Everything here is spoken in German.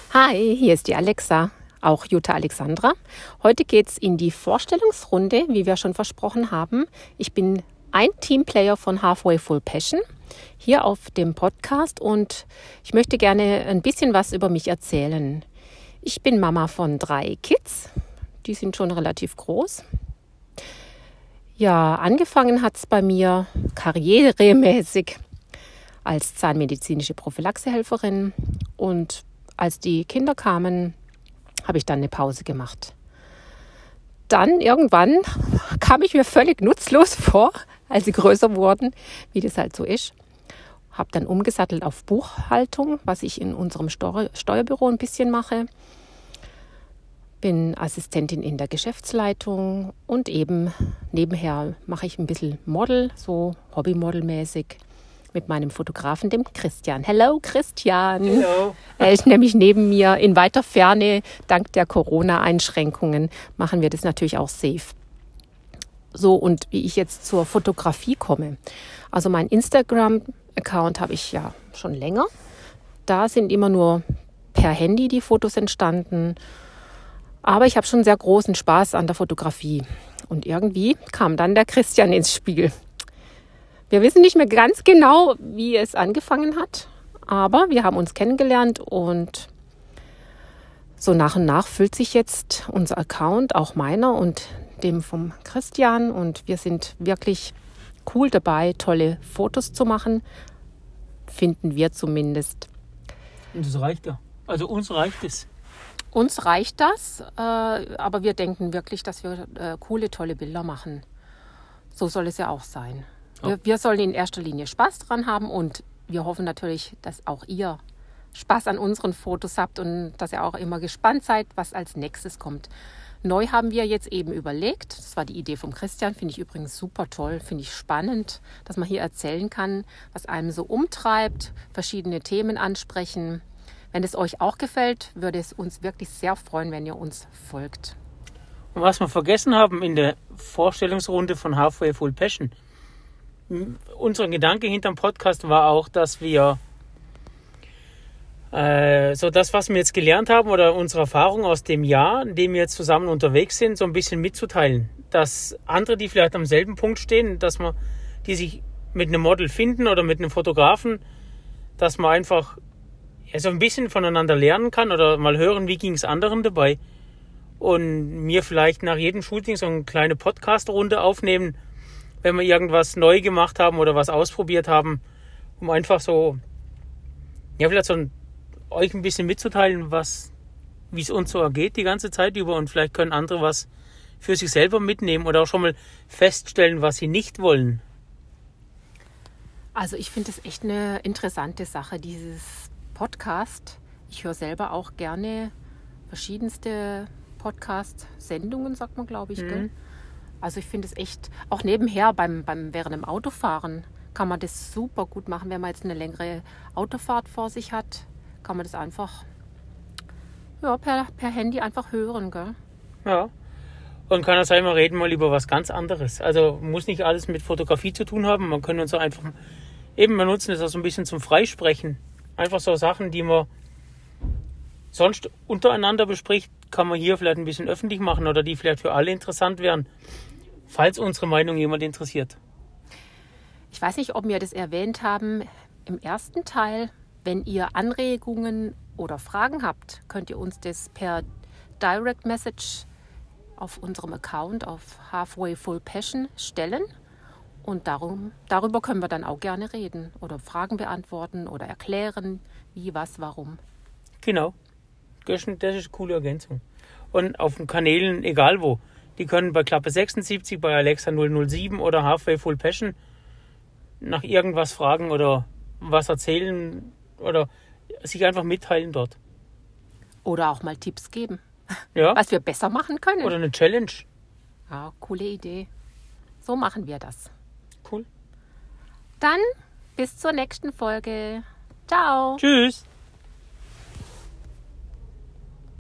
Hi, hier ist die Alexa, auch Jutta Alexandra. Heute geht's in die Vorstellungsrunde, wie wir schon versprochen haben. Ich bin ein Teamplayer von Halfway Full Passion hier auf dem Podcast und ich möchte gerne ein bisschen was über mich erzählen. Ich bin Mama von 3 Kids, die sind schon relativ groß. Ja, angefangen hat's bei mir karrieremäßig als zahnmedizinische Prophylaxehelferin und als die Kinder kamen, habe ich dann eine Pause gemacht. Dann irgendwann kam ich mir völlig nutzlos vor, als sie größer wurden, wie das halt so ist. Habe dann umgesattelt auf Buchhaltung, was ich in unserem Steuerbüro ein bisschen mache. Bin Assistentin in der Geschäftsleitung und eben nebenher mache ich ein bisschen Model, so Hobbymodelmäßig. Mit meinem Fotografen, dem Christian. Hello, Christian. Hello. Er ist nämlich neben mir in weiter Ferne. Dank der Corona-Einschränkungen machen wir das natürlich auch safe. So, und wie ich jetzt zur Fotografie komme. Also mein Instagram-Account habe ich ja schon länger. Da sind immer nur per Handy die Fotos entstanden. Aber ich habe schon sehr großen Spaß an der Fotografie. Und irgendwie kam dann der Christian ins Spiel. Wir wissen nicht mehr ganz genau, wie es angefangen hat, aber wir haben uns kennengelernt und so nach und nach füllt sich jetzt unser Account, auch meiner und dem vom Christian, und wir sind wirklich cool dabei, tolle Fotos zu machen, finden wir zumindest. Und das reicht ja. Also uns reicht es. Uns reicht das, aber wir denken wirklich, dass wir coole, tolle Bilder machen. So soll es ja auch sein. Wir sollen in erster Linie Spaß dran haben und wir hoffen natürlich, dass auch ihr Spaß an unseren Fotos habt und dass ihr auch immer gespannt seid, was als nächstes kommt. Neu haben wir jetzt eben überlegt, das war die Idee vom Christian, finde ich übrigens super toll, finde ich spannend, dass man hier erzählen kann, was einem so umtreibt, verschiedene Themen ansprechen. Wenn es euch auch gefällt, würde es uns wirklich sehr freuen, wenn ihr uns folgt. Und was wir vergessen haben in der Vorstellungsrunde von Halfway Full Passion, unser Gedanke hinterm Podcast war auch, dass wir so das, was wir jetzt gelernt haben oder unsere Erfahrung aus dem Jahr, in dem wir jetzt zusammen unterwegs sind, so ein bisschen mitzuteilen. Dass andere, die vielleicht am selben Punkt stehen, dass man, die sich mit einem Model finden oder mit einem Fotografen, dass man einfach so ein bisschen voneinander lernen kann oder mal hören, wie ging es anderen dabei. Und mir vielleicht nach jedem Shooting so eine kleine Podcast-Runde aufnehmen, wenn wir irgendwas neu gemacht haben oder was ausprobiert haben, um einfach so, ja, vielleicht so euch ein bisschen mitzuteilen, wie es uns so ergeht die ganze Zeit über, und vielleicht können andere was für sich selber mitnehmen oder auch schon mal feststellen, was sie nicht wollen. Also ich finde es echt eine interessante Sache, dieses Podcast. Ich höre selber auch gerne verschiedenste Podcast-Sendungen, sagt man, glaube ich, gell? Also ich finde es echt, auch nebenher während dem Autofahren kann man das super gut machen. Wenn man jetzt eine längere Autofahrt vor sich hat, kann man das einfach per Handy einfach hören, gell? Ja, und kann das sein, wir reden mal über was ganz anderes. Also muss nicht alles mit Fotografie zu tun haben. Man kann uns auch einfach, wir nutzen das auch so ein bisschen zum Freisprechen. Einfach so Sachen, die man sonst untereinander bespricht, kann man hier vielleicht ein bisschen öffentlich machen oder die vielleicht für alle interessant wären, falls unsere Meinung jemand interessiert. Ich weiß nicht, ob wir das erwähnt haben im ersten Teil. Wenn ihr Anregungen oder Fragen habt, könnt ihr uns das per Direct Message auf unserem Account auf Halfway Full Passion stellen. Und darüber können wir dann auch gerne reden oder Fragen beantworten oder erklären, wie, was, warum. Genau. Das ist eine coole Ergänzung. Und auf den Kanälen, egal wo, die können bei Klappe 76, bei Alexa 007 oder Halfway Full Passion nach irgendwas fragen oder was erzählen oder sich einfach mitteilen dort. Oder auch mal Tipps geben, ja, was wir besser machen können. Oder eine Challenge. Ja, coole Idee. So machen wir das. Cool. Dann bis zur nächsten Folge. Ciao. Tschüss.